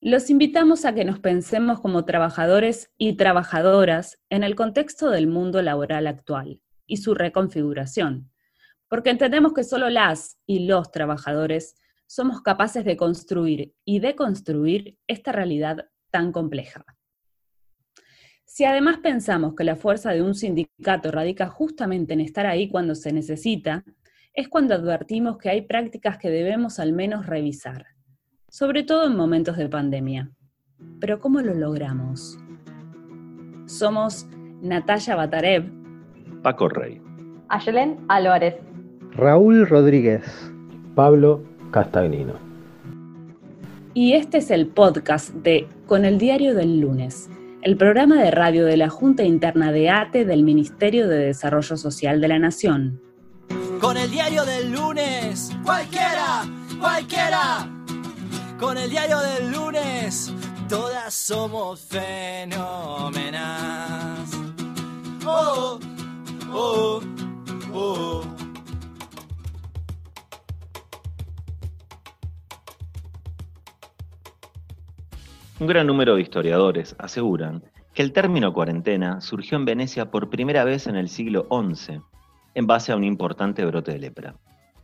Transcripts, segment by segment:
Los invitamos a que nos pensemos como trabajadores y trabajadoras en el contexto del mundo laboral actual y su reconfiguración, porque entendemos que solo las y los trabajadores somos capaces de construir y deconstruir esta realidad tan compleja. Si además pensamos que la fuerza de un sindicato radica justamente en estar ahí cuando se necesita, es cuando advertimos que hay prácticas que debemos al menos revisar, sobre todo en momentos de pandemia. Pero ¿cómo lo logramos? Somos Natalia Batarev, Paco Rey, Ayelen Álvarez, Raúl Rodríguez, Pablo Castagnino. Y este es el podcast de Con el Diario del Lunes, el programa de radio de la Junta Interna de ATE del Ministerio de Desarrollo Social de la Nación. Con el Diario del Lunes, cualquiera. Con el Diario del Lunes, todas somos fenómenas. Oh, oh, oh. Un gran número de historiadores aseguran que el término cuarentena surgió en Venecia por primera vez en el siglo XI, en base a un importante brote de lepra.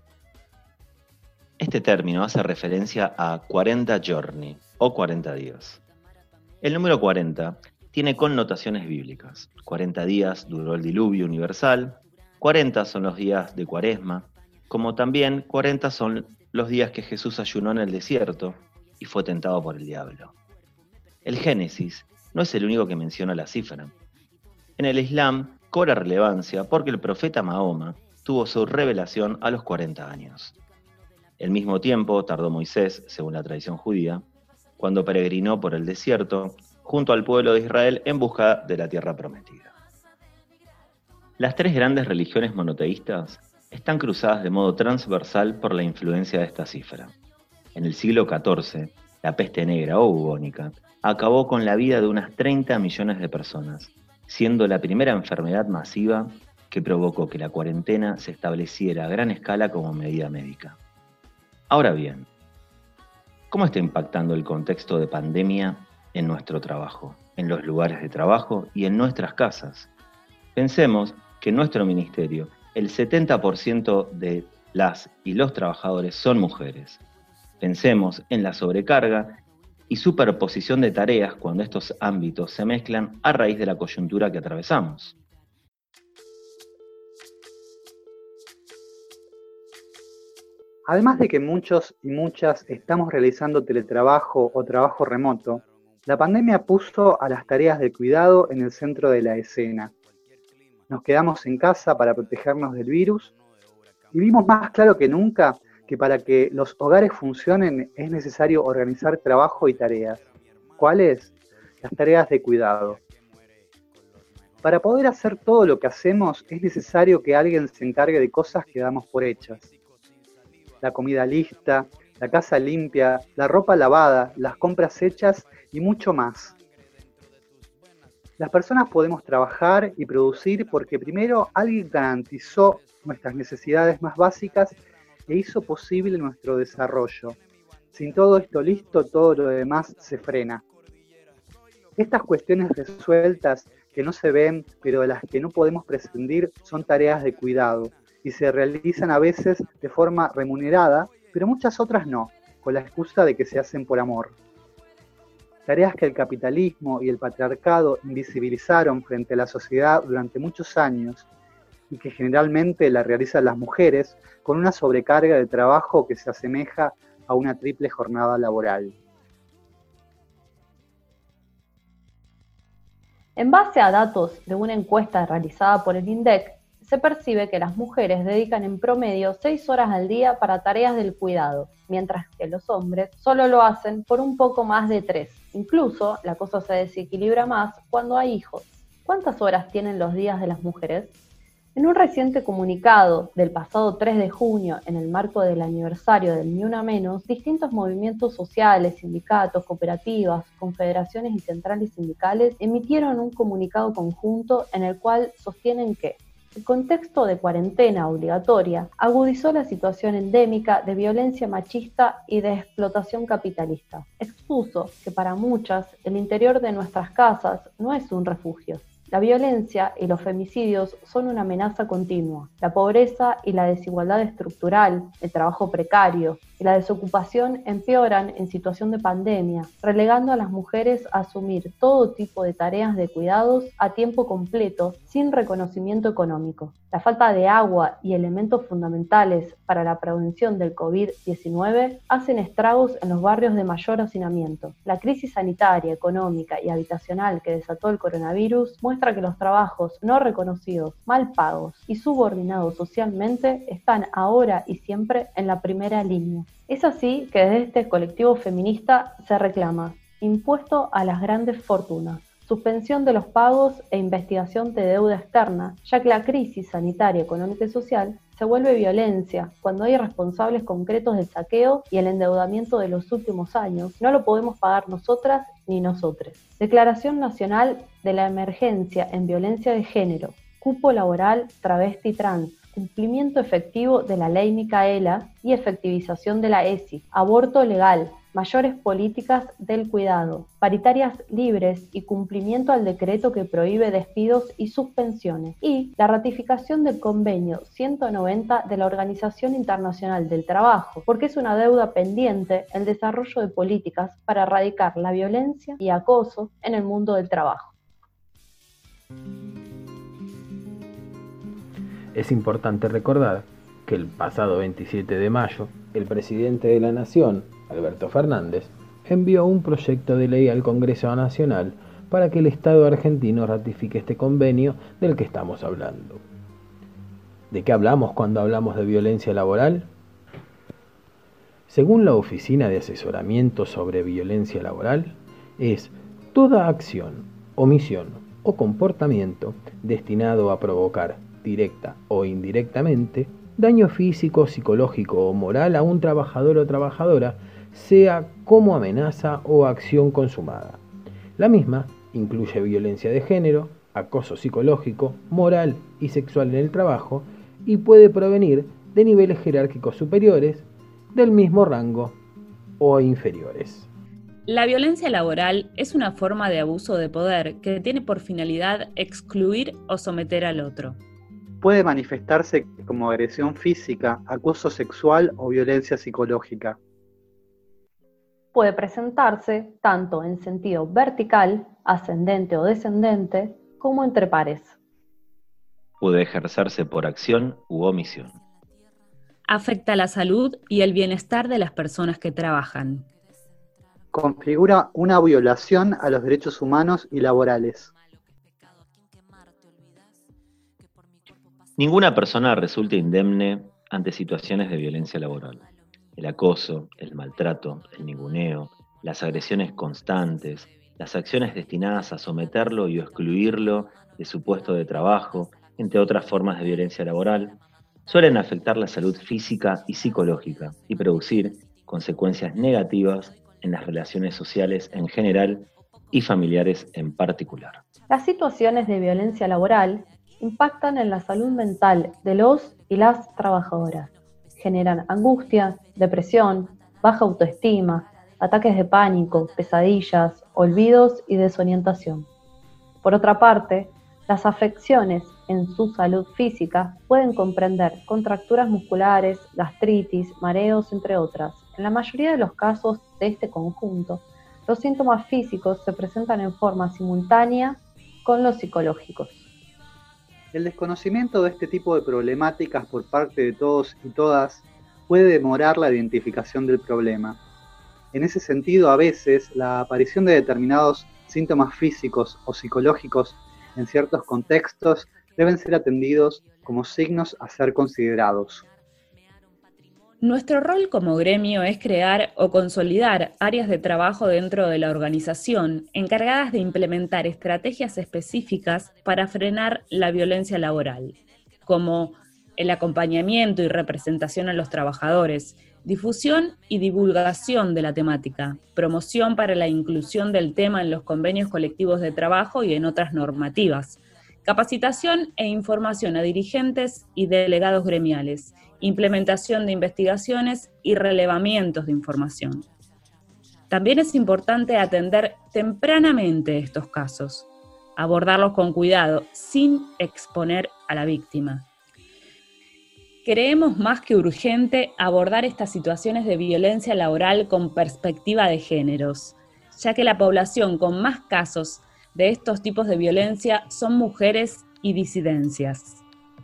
Este término hace referencia a 40 giorni, o 40 días. El número 40 tiene connotaciones bíblicas. 40 días duró el diluvio universal, 40 son los días de Cuaresma, como también 40 son los días que Jesús ayunó en el desierto y fue tentado por el diablo. El Génesis no es el único que menciona la cifra. En el Islam cobra relevancia porque el profeta Mahoma tuvo su revelación a los 40 años. El mismo tiempo tardó Moisés, según la tradición judía, cuando peregrinó por el desierto junto al pueblo de Israel en busca de la tierra prometida. Las tres grandes religiones monoteístas están cruzadas de modo transversal por la influencia de esta cifra. En el siglo XIV, la peste negra o bubónica acabó con la vida de unas 30 millones de personas, siendo la primera enfermedad masiva que provocó que la cuarentena se estableciera a gran escala como medida médica. Ahora bien, ¿cómo está impactando el contexto de pandemia en nuestro trabajo, en los lugares de trabajo y en nuestras casas? Pensemos que en nuestro ministerio el 70% de las y los trabajadores son mujeres. Pensemos en la sobrecarga y superposición de tareas cuando estos ámbitos se mezclan a raíz de la coyuntura que atravesamos. Además de que muchos y muchas estamos realizando teletrabajo o trabajo remoto, la pandemia puso a las tareas de cuidado en el centro de la escena. Nos quedamos en casa para protegernos del virus y vimos más claro que nunca que para que los hogares funcionen es necesario organizar trabajo y tareas. ¿Cuáles? Las tareas de cuidado. Para poder hacer todo lo que hacemos es necesario que alguien se encargue de cosas que damos por hechas. La comida lista, la casa limpia, la ropa lavada, las compras hechas y mucho más. Las personas podemos trabajar y producir porque primero alguien garantizó nuestras necesidades más básicas e hizo posible nuestro desarrollo. Sin todo esto listo, todo lo demás se frena. Estas cuestiones resueltas que no se ven, pero de las que no podemos prescindir, son tareas de cuidado y se realizan a veces de forma remunerada, pero muchas otras no, con la excusa de que se hacen por amor. Tareas que el capitalismo y el patriarcado invisibilizaron frente a la sociedad durante muchos años y que generalmente la realizan las mujeres con una sobrecarga de trabajo que se asemeja a una triple jornada laboral. En base a datos de una encuesta realizada por el INDEC, se percibe que las mujeres dedican en promedio 6 horas al día para tareas del cuidado, mientras que los hombres solo lo hacen por un poco más de 3. Incluso la cosa se desequilibra más cuando hay hijos. ¿Cuántas horas tienen los días de las mujeres? En un reciente comunicado del pasado 3 de junio, en el marco del aniversario del Ni Una Menos, distintos movimientos sociales, sindicatos, cooperativas, confederaciones y centrales sindicales emitieron un comunicado conjunto en el cual sostienen que El contexto de cuarentena obligatoria agudizó la situación endémica de violencia machista y de explotación capitalista. Expuso que para muchas el interior de nuestras casas no es un refugio. La violencia y los femicidios son una amenaza continua. La pobreza y la desigualdad estructural, el trabajo precario y la desocupación empeoran en situación de pandemia, relegando a las mujeres a asumir todo tipo de tareas de cuidados a tiempo completo sin reconocimiento económico. La falta de agua y elementos fundamentales para la prevención del COVID-19 hacen estragos en los barrios de mayor hacinamiento. La crisis sanitaria, económica y habitacional que desató el coronavirus muestra que los trabajos no reconocidos, mal pagos y subordinados socialmente están ahora y siempre en la primera línea. Es así que desde este colectivo feminista se reclama impuesto a las grandes fortunas, suspensión de los pagos e investigación de deuda externa, ya que la crisis sanitaria, económica y social se vuelve violencia cuando hay responsables concretos del saqueo y el endeudamiento de los últimos años. No lo podemos pagar nosotras ni nosotres. Declaración Nacional de la Emergencia en Violencia de Género, cupo laboral travesti trans, cumplimiento efectivo de la Ley Micaela y efectivización de la ESI, aborto legal, mayores políticas del cuidado, paritarias libres y cumplimiento al decreto que prohíbe despidos y suspensiones, y la ratificación del convenio 190 de la Organización Internacional del Trabajo, porque es una deuda pendiente el desarrollo de políticas para erradicar la violencia y acoso en el mundo del trabajo. Es importante recordar que el pasado 27 de mayo, el presidente de la Nación, Alberto Fernández, envió un proyecto de ley al Congreso Nacional para que el Estado argentino ratifique este convenio del que estamos hablando. ¿De qué hablamos cuando hablamos de violencia laboral? Según la Oficina de Asesoramiento sobre Violencia Laboral, es toda acción, omisión o comportamiento destinado a provocar, directa o indirectamente, daño físico, psicológico o moral a un trabajador o trabajadora, sea como amenaza o acción consumada. La misma incluye violencia de género, acoso psicológico, moral y sexual en el trabajo y puede provenir de niveles jerárquicos superiores, del mismo rango o inferiores. La violencia laboral es una forma de abuso de poder que tiene por finalidad excluir o someter al otro. Puede manifestarse como agresión física, acoso sexual o violencia psicológica. Puede presentarse tanto en sentido vertical, ascendente o descendente, como entre pares. Puede ejercerse por acción u omisión. Afecta la salud y el bienestar de las personas que trabajan. Configura una violación a los derechos humanos y laborales. Ninguna persona resulta indemne ante situaciones de violencia laboral. El acoso, el maltrato, el ninguneo, las agresiones constantes, las acciones destinadas a someterlo y excluirlo de su puesto de trabajo, entre otras formas de violencia laboral, suelen afectar la salud física y psicológica y producir consecuencias negativas en las relaciones sociales en general y familiares en particular. Las situaciones de violencia laboral impactan en la salud mental de los y las trabajadoras. Generan angustia, depresión, baja autoestima, ataques de pánico, pesadillas, olvidos y desorientación. Por otra parte, las afecciones en su salud física pueden comprender contracturas musculares, gastritis, mareos, entre otras. En la mayoría de los casos de este conjunto, los síntomas físicos se presentan en forma simultánea con los psicológicos. El desconocimiento de este tipo de problemáticas por parte de todos y todas puede demorar la identificación del problema. En ese sentido, a veces, la aparición de determinados síntomas físicos o psicológicos en ciertos contextos deben ser atendidos como signos a ser considerados. Nuestro rol como gremio es crear o consolidar áreas de trabajo dentro de la organización encargadas de implementar estrategias específicas para frenar la violencia laboral, como el acompañamiento y representación a los trabajadores, difusión y divulgación de la temática, promoción para la inclusión del tema en los convenios colectivos de trabajo y en otras normativas, capacitación e información a dirigentes y delegados gremiales, implementación de investigaciones y relevamientos de información. También es importante atender tempranamente estos casos, abordarlos con cuidado, sin exponer a la víctima. Creemos más que urgente abordar estas situaciones de violencia laboral con perspectiva de géneros, ya que la población con más casos de estos tipos de violencia son mujeres y disidencias.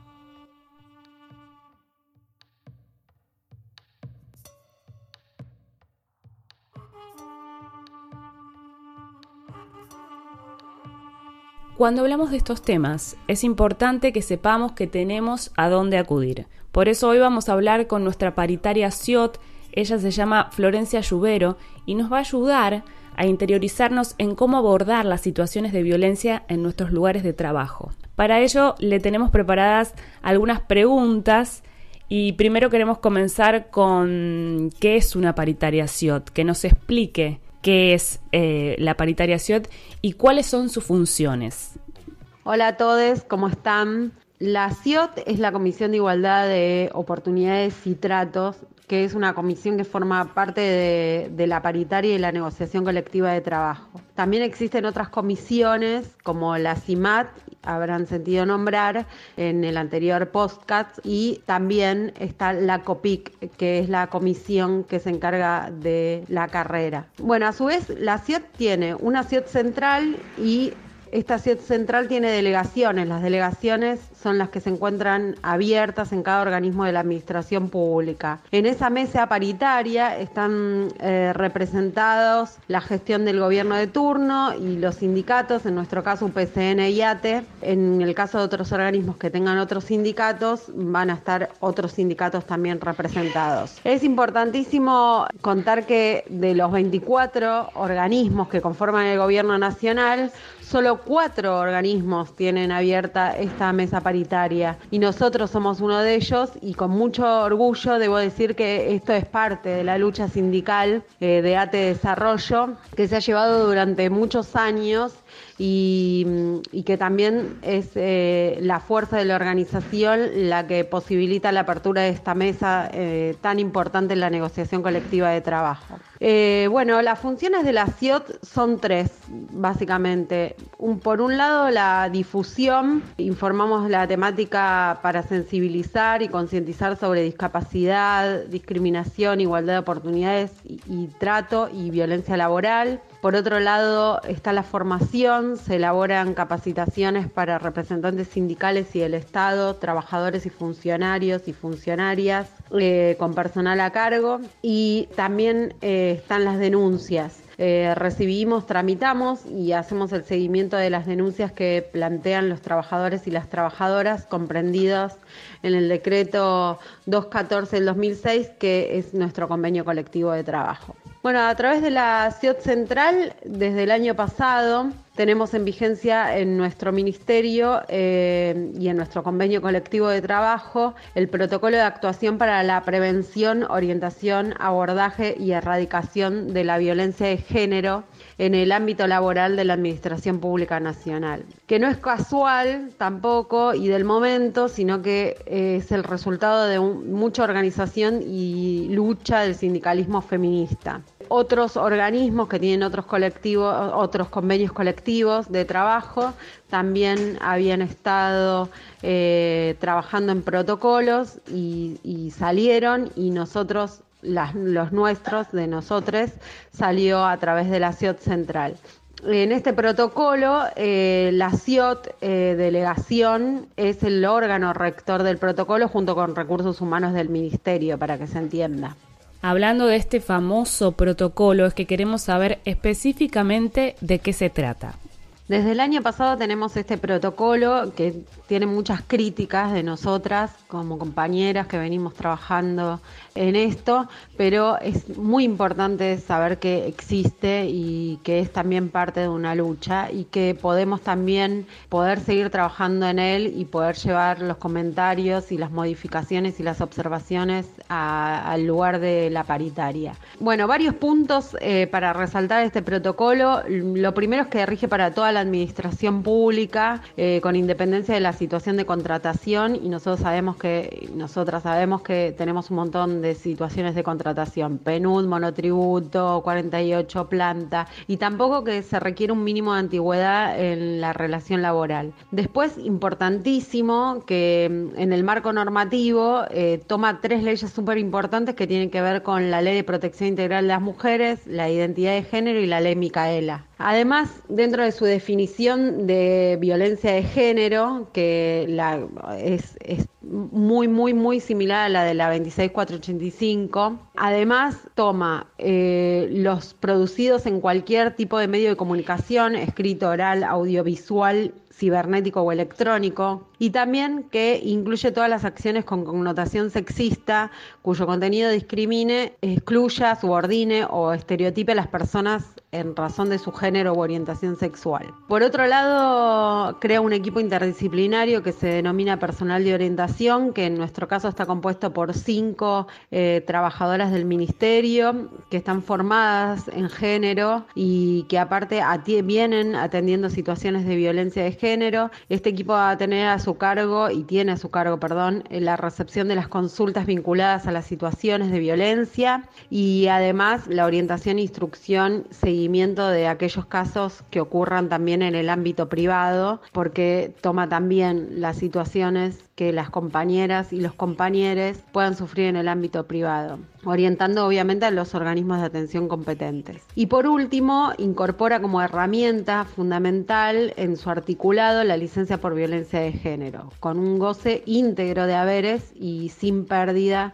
Cuando hablamos de estos temas, es importante que sepamos que tenemos a dónde acudir. Por eso hoy vamos a hablar con nuestra paritaria CIOT. Ella se llama Florencia Lluvero y nos va a ayudar a interiorizarnos en cómo abordar las situaciones de violencia en nuestros lugares de trabajo. Para ello le tenemos preparadas algunas preguntas y primero queremos comenzar con qué es una paritaria CIOT, que nos explique qué es la paritaria CIOT y cuáles son sus funciones. Hola a todos, ¿cómo están? La CIOT es la Comisión de Igualdad de Oportunidades y Tratos, que es una comisión que forma parte de la paritaria y la negociación colectiva de trabajo. También existen otras comisiones como la CIMAT, habrán sentido nombrar en el anterior podcast, y también está la COPIC, que es la comisión que se encarga de la carrera. Bueno, a su vez la CIOT tiene una CIOT central y esta CIOT central tiene delegaciones. Las delegaciones son las que se encuentran abiertas en cada organismo de la administración pública. En esa mesa paritaria están representados la gestión del gobierno de turno y los sindicatos, en nuestro caso UPCN y ATE. En el caso de otros organismos que tengan otros sindicatos, van a estar otros sindicatos también representados. Es importantísimo contar que de los 24 organismos que conforman el gobierno nacional, solo 4 organismos tienen abierta esta mesa paritaria y nosotros somos uno de ellos, y con mucho orgullo debo decir que esto es parte de la lucha sindical de ATE Desarrollo, que se ha llevado durante muchos años y que también es la fuerza de la organización la que posibilita la apertura de esta mesa tan importante en la negociación colectiva de trabajo. Bueno, las funciones de la CIOT son 3, básicamente. Por un lado, la difusión. Informamos la temática para sensibilizar y concientizar sobre discapacidad, discriminación, igualdad de oportunidades y trato y violencia laboral. Por otro lado, está la formación. Se elaboran capacitaciones para representantes sindicales y del Estado, trabajadores y funcionarios y funcionarias con personal a cargo. Y también están las denuncias. Recibimos, tramitamos y hacemos el seguimiento de las denuncias que plantean los trabajadores y las trabajadoras comprendidos en el decreto 214 del 2006, que es nuestro convenio colectivo de trabajo. Bueno, a través de la CIOT Central, desde el año pasado, tenemos en vigencia en nuestro ministerio y en nuestro convenio colectivo de trabajo el protocolo de actuación para la prevención, orientación, abordaje y erradicación de la violencia de género en el ámbito laboral de la Administración Pública Nacional, que no es casual tampoco y del momento, sino que es el resultado de mucha organización y lucha del sindicalismo feminista. Otros organismos que tienen otros convenios colectivos de trabajo también habían estado trabajando en protocolos y salieron, y nosotros, los nuestros, de nosotros, salió a través de la CIOT Central. En este protocolo, la CIOT delegación es el órgano rector del protocolo junto con recursos humanos del ministerio, para que se entienda. Hablando de este famoso protocolo, es que queremos saber específicamente de qué se trata. Desde el año pasado tenemos este protocolo que tiene muchas críticas de nosotras como compañeras que venimos trabajando en esto, pero es muy importante saber que existe y que es también parte de una lucha y que podemos también poder seguir trabajando en él y poder llevar los comentarios y las modificaciones y las observaciones al lugar de la paritaria. Bueno, varios puntos para resaltar este protocolo. Lo primero es que rige para toda la administración pública, con independencia de la situación de contratación, y nosotras sabemos que tenemos un montón de situaciones de contratación, PNUD, monotributo, 48, planta, y tampoco que se requiere un mínimo de antigüedad en la relación laboral. Después, importantísimo, que en el marco normativo toma 3 leyes súper importantes que tienen que ver con la Ley de Protección Integral de las Mujeres, la Identidad de Género y la Ley Micaela. Además, dentro de su definición de violencia de género, que es muy similar a la de la 26485, además toma los producidos en cualquier tipo de medio de comunicación, escrito, oral, audiovisual, cibernético o electrónico, y también que incluye todas las acciones con connotación sexista cuyo contenido discrimine, excluya, subordine o estereotipe a las personas en razón de su género u orientación sexual. Por otro lado, crea un equipo interdisciplinario que se denomina personal de orientación, que en nuestro caso está compuesto por 5 trabajadoras del ministerio que están formadas en género y que aparte vienen atendiendo situaciones de violencia de género. Este equipo va a tener a su cargo, la recepción de las consultas vinculadas a las situaciones de violencia y además la orientación, instrucción, seguimiento de aquellos casos que ocurran también en el ámbito privado, porque toma también las situaciones que las compañeras y los compañeros puedan sufrir en el ámbito privado, orientando obviamente a los organismos de atención competentes. Y por último, incorpora como herramienta fundamental en su articulado la licencia por violencia de género, con un goce íntegro de haberes y sin pérdida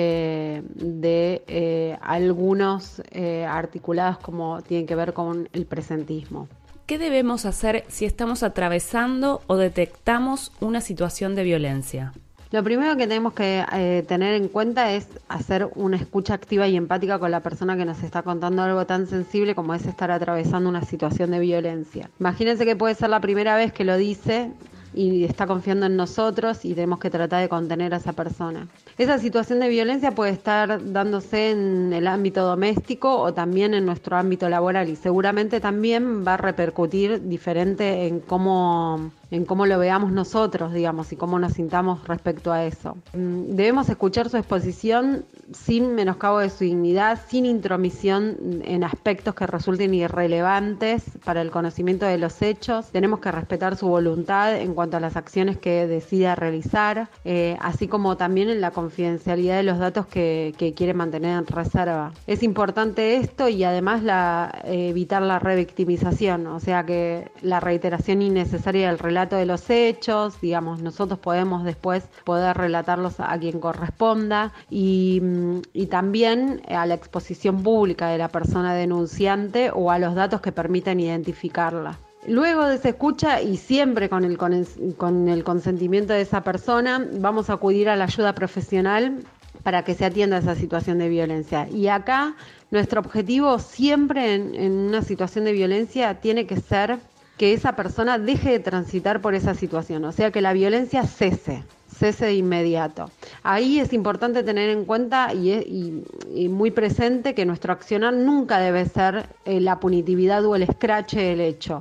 de algunos articulados como tienen que ver con el presentismo. ¿Qué debemos hacer si estamos atravesando o detectamos una situación de violencia? Lo primero que tenemos que tener en cuenta es hacer una escucha activa y empática con la persona que nos está contando algo tan sensible como es estar atravesando una situación de violencia. Imagínense que puede ser la primera vez que lo dice y está confiando en nosotros y tenemos que tratar de contener a esa persona. Esa situación de violencia puede estar dándose en el ámbito doméstico o también en nuestro ámbito laboral y seguramente también va a repercutir diferente en cómo lo veamos nosotros, digamos, y cómo nos sintamos respecto a eso. Debemos escuchar su exposición sin menoscabo de su dignidad, sin intromisión en aspectos que resulten irrelevantes para el conocimiento de los hechos. Tenemos que respetar su voluntad en cuanto a las acciones que decida realizar, así como también en la confidencialidad de los datos que quiere mantener en reserva. Es importante esto y además evitar la revictimización, o sea que la reiteración innecesaria del relato de los hechos, digamos, nosotros podemos después poder relatarlos a quien corresponda y también a la exposición pública de la persona denunciante o a los datos que permitan identificarla. Luego de esa escucha y siempre con el consentimiento de esa persona, vamos a acudir a la ayuda profesional para que se atienda esa situación de violencia. Y acá nuestro objetivo siempre en una situación de violencia tiene que ser que esa persona deje de transitar por esa situación, o sea, que la violencia cese de inmediato. Ahí es importante tener en cuenta y muy presente que nuestro accionar nunca debe ser la punitividad o el escrache del hecho.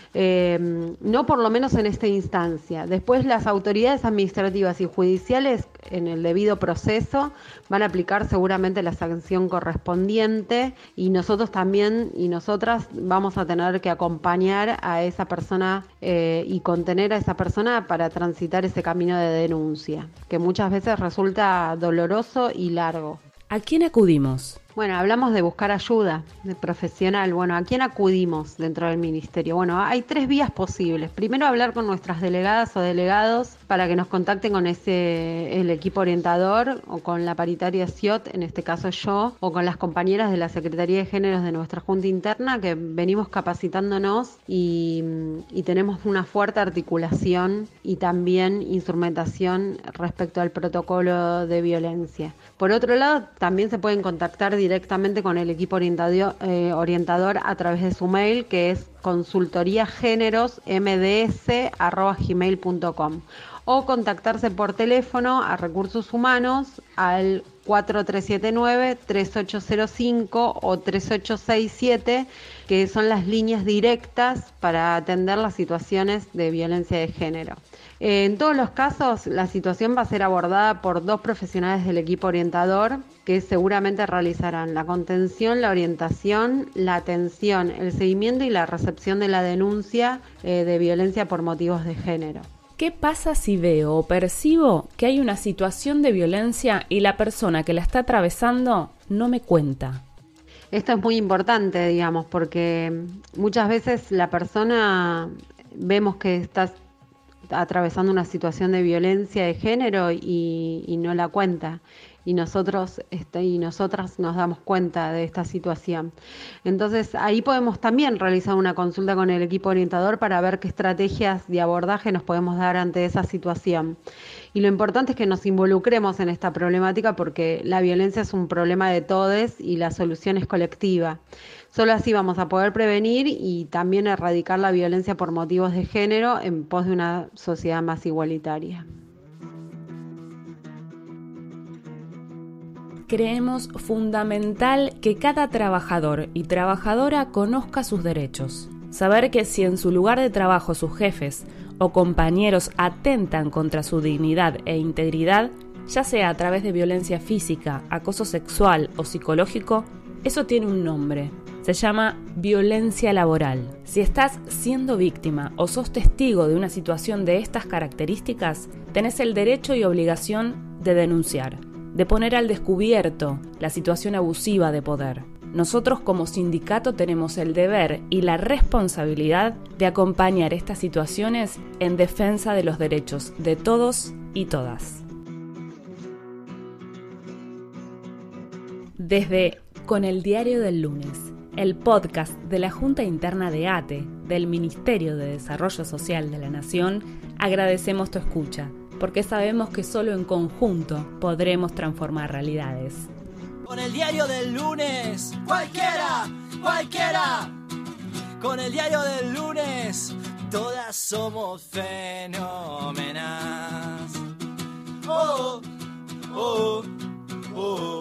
No por lo menos en esta instancia. Después las autoridades administrativas y judiciales en el debido proceso van a aplicar seguramente la sanción correspondiente y nosotros también y nosotras vamos a tener que acompañar a esa persona y contener a esa persona para transitar ese camino de denuncia, que muchas veces resulta doloroso y largo. ¿A quién acudimos? Bueno, hablamos de buscar ayuda de profesional. Bueno, ¿a quién acudimos dentro del ministerio? Bueno, hay 3 vías posibles. Primero, hablar con nuestras delegadas o delegados para que nos contacten con el equipo orientador o con la paritaria CIOT, en este caso yo, o con las compañeras de la Secretaría de Géneros de nuestra Junta Interna, que venimos capacitándonos y tenemos una fuerte articulación y también instrumentación respecto al protocolo de violencia. Por otro lado, también se pueden contactar directamente con el equipo orientador a través de su mail, que es consultoriagénerosmds@gmail.com, o contactarse por teléfono a Recursos Humanos al 4379-3805 o 3867, que son las líneas directas para atender las situaciones de violencia de género. En todos los casos, la situación va a ser abordada por 2 profesionales del equipo orientador, que seguramente realizarán la contención, la orientación, la atención, el seguimiento y la recepción de la denuncia de violencia por motivos de género. ¿Qué pasa si veo o percibo que hay una situación de violencia y la persona que la está atravesando no me cuenta? Esto es muy importante, digamos, porque muchas veces la persona vemos que está atravesando una situación de violencia de género y no la cuenta. Y nosotros y nosotras nos damos cuenta de esta situación. Entonces ahí podemos también realizar una consulta con el equipo orientador para ver qué estrategias de abordaje nos podemos dar ante esa situación. Y lo importante es que nos involucremos en esta problemática, porque la violencia es un problema de todos y la solución es colectiva. Solo así vamos a poder prevenir y también erradicar la violencia por motivos de género en pos de una sociedad más igualitaria. Creemos fundamental que cada trabajador y trabajadora conozca sus derechos. Saber que si en su lugar de trabajo sus jefes o compañeros atentan contra su dignidad e integridad, ya sea a través de violencia física, acoso sexual o psicológico, eso tiene un nombre. Se llama violencia laboral. Si estás siendo víctima o sos testigo de una situación de estas características, tenés el derecho y obligación de denunciar, de poner al descubierto la situación abusiva de poder. Nosotros como sindicato tenemos el deber y la responsabilidad de acompañar estas situaciones en defensa de los derechos de todos y todas. Desde Con el Diario del Lunes, el podcast de la Junta Interna de ATE, del Ministerio de Desarrollo Social de la Nación, agradecemos tu escucha, porque sabemos que solo en conjunto podremos transformar realidades. Con el diario del lunes, cualquiera. Con el diario del lunes, todas somos fenómenas. Oh, oh, oh.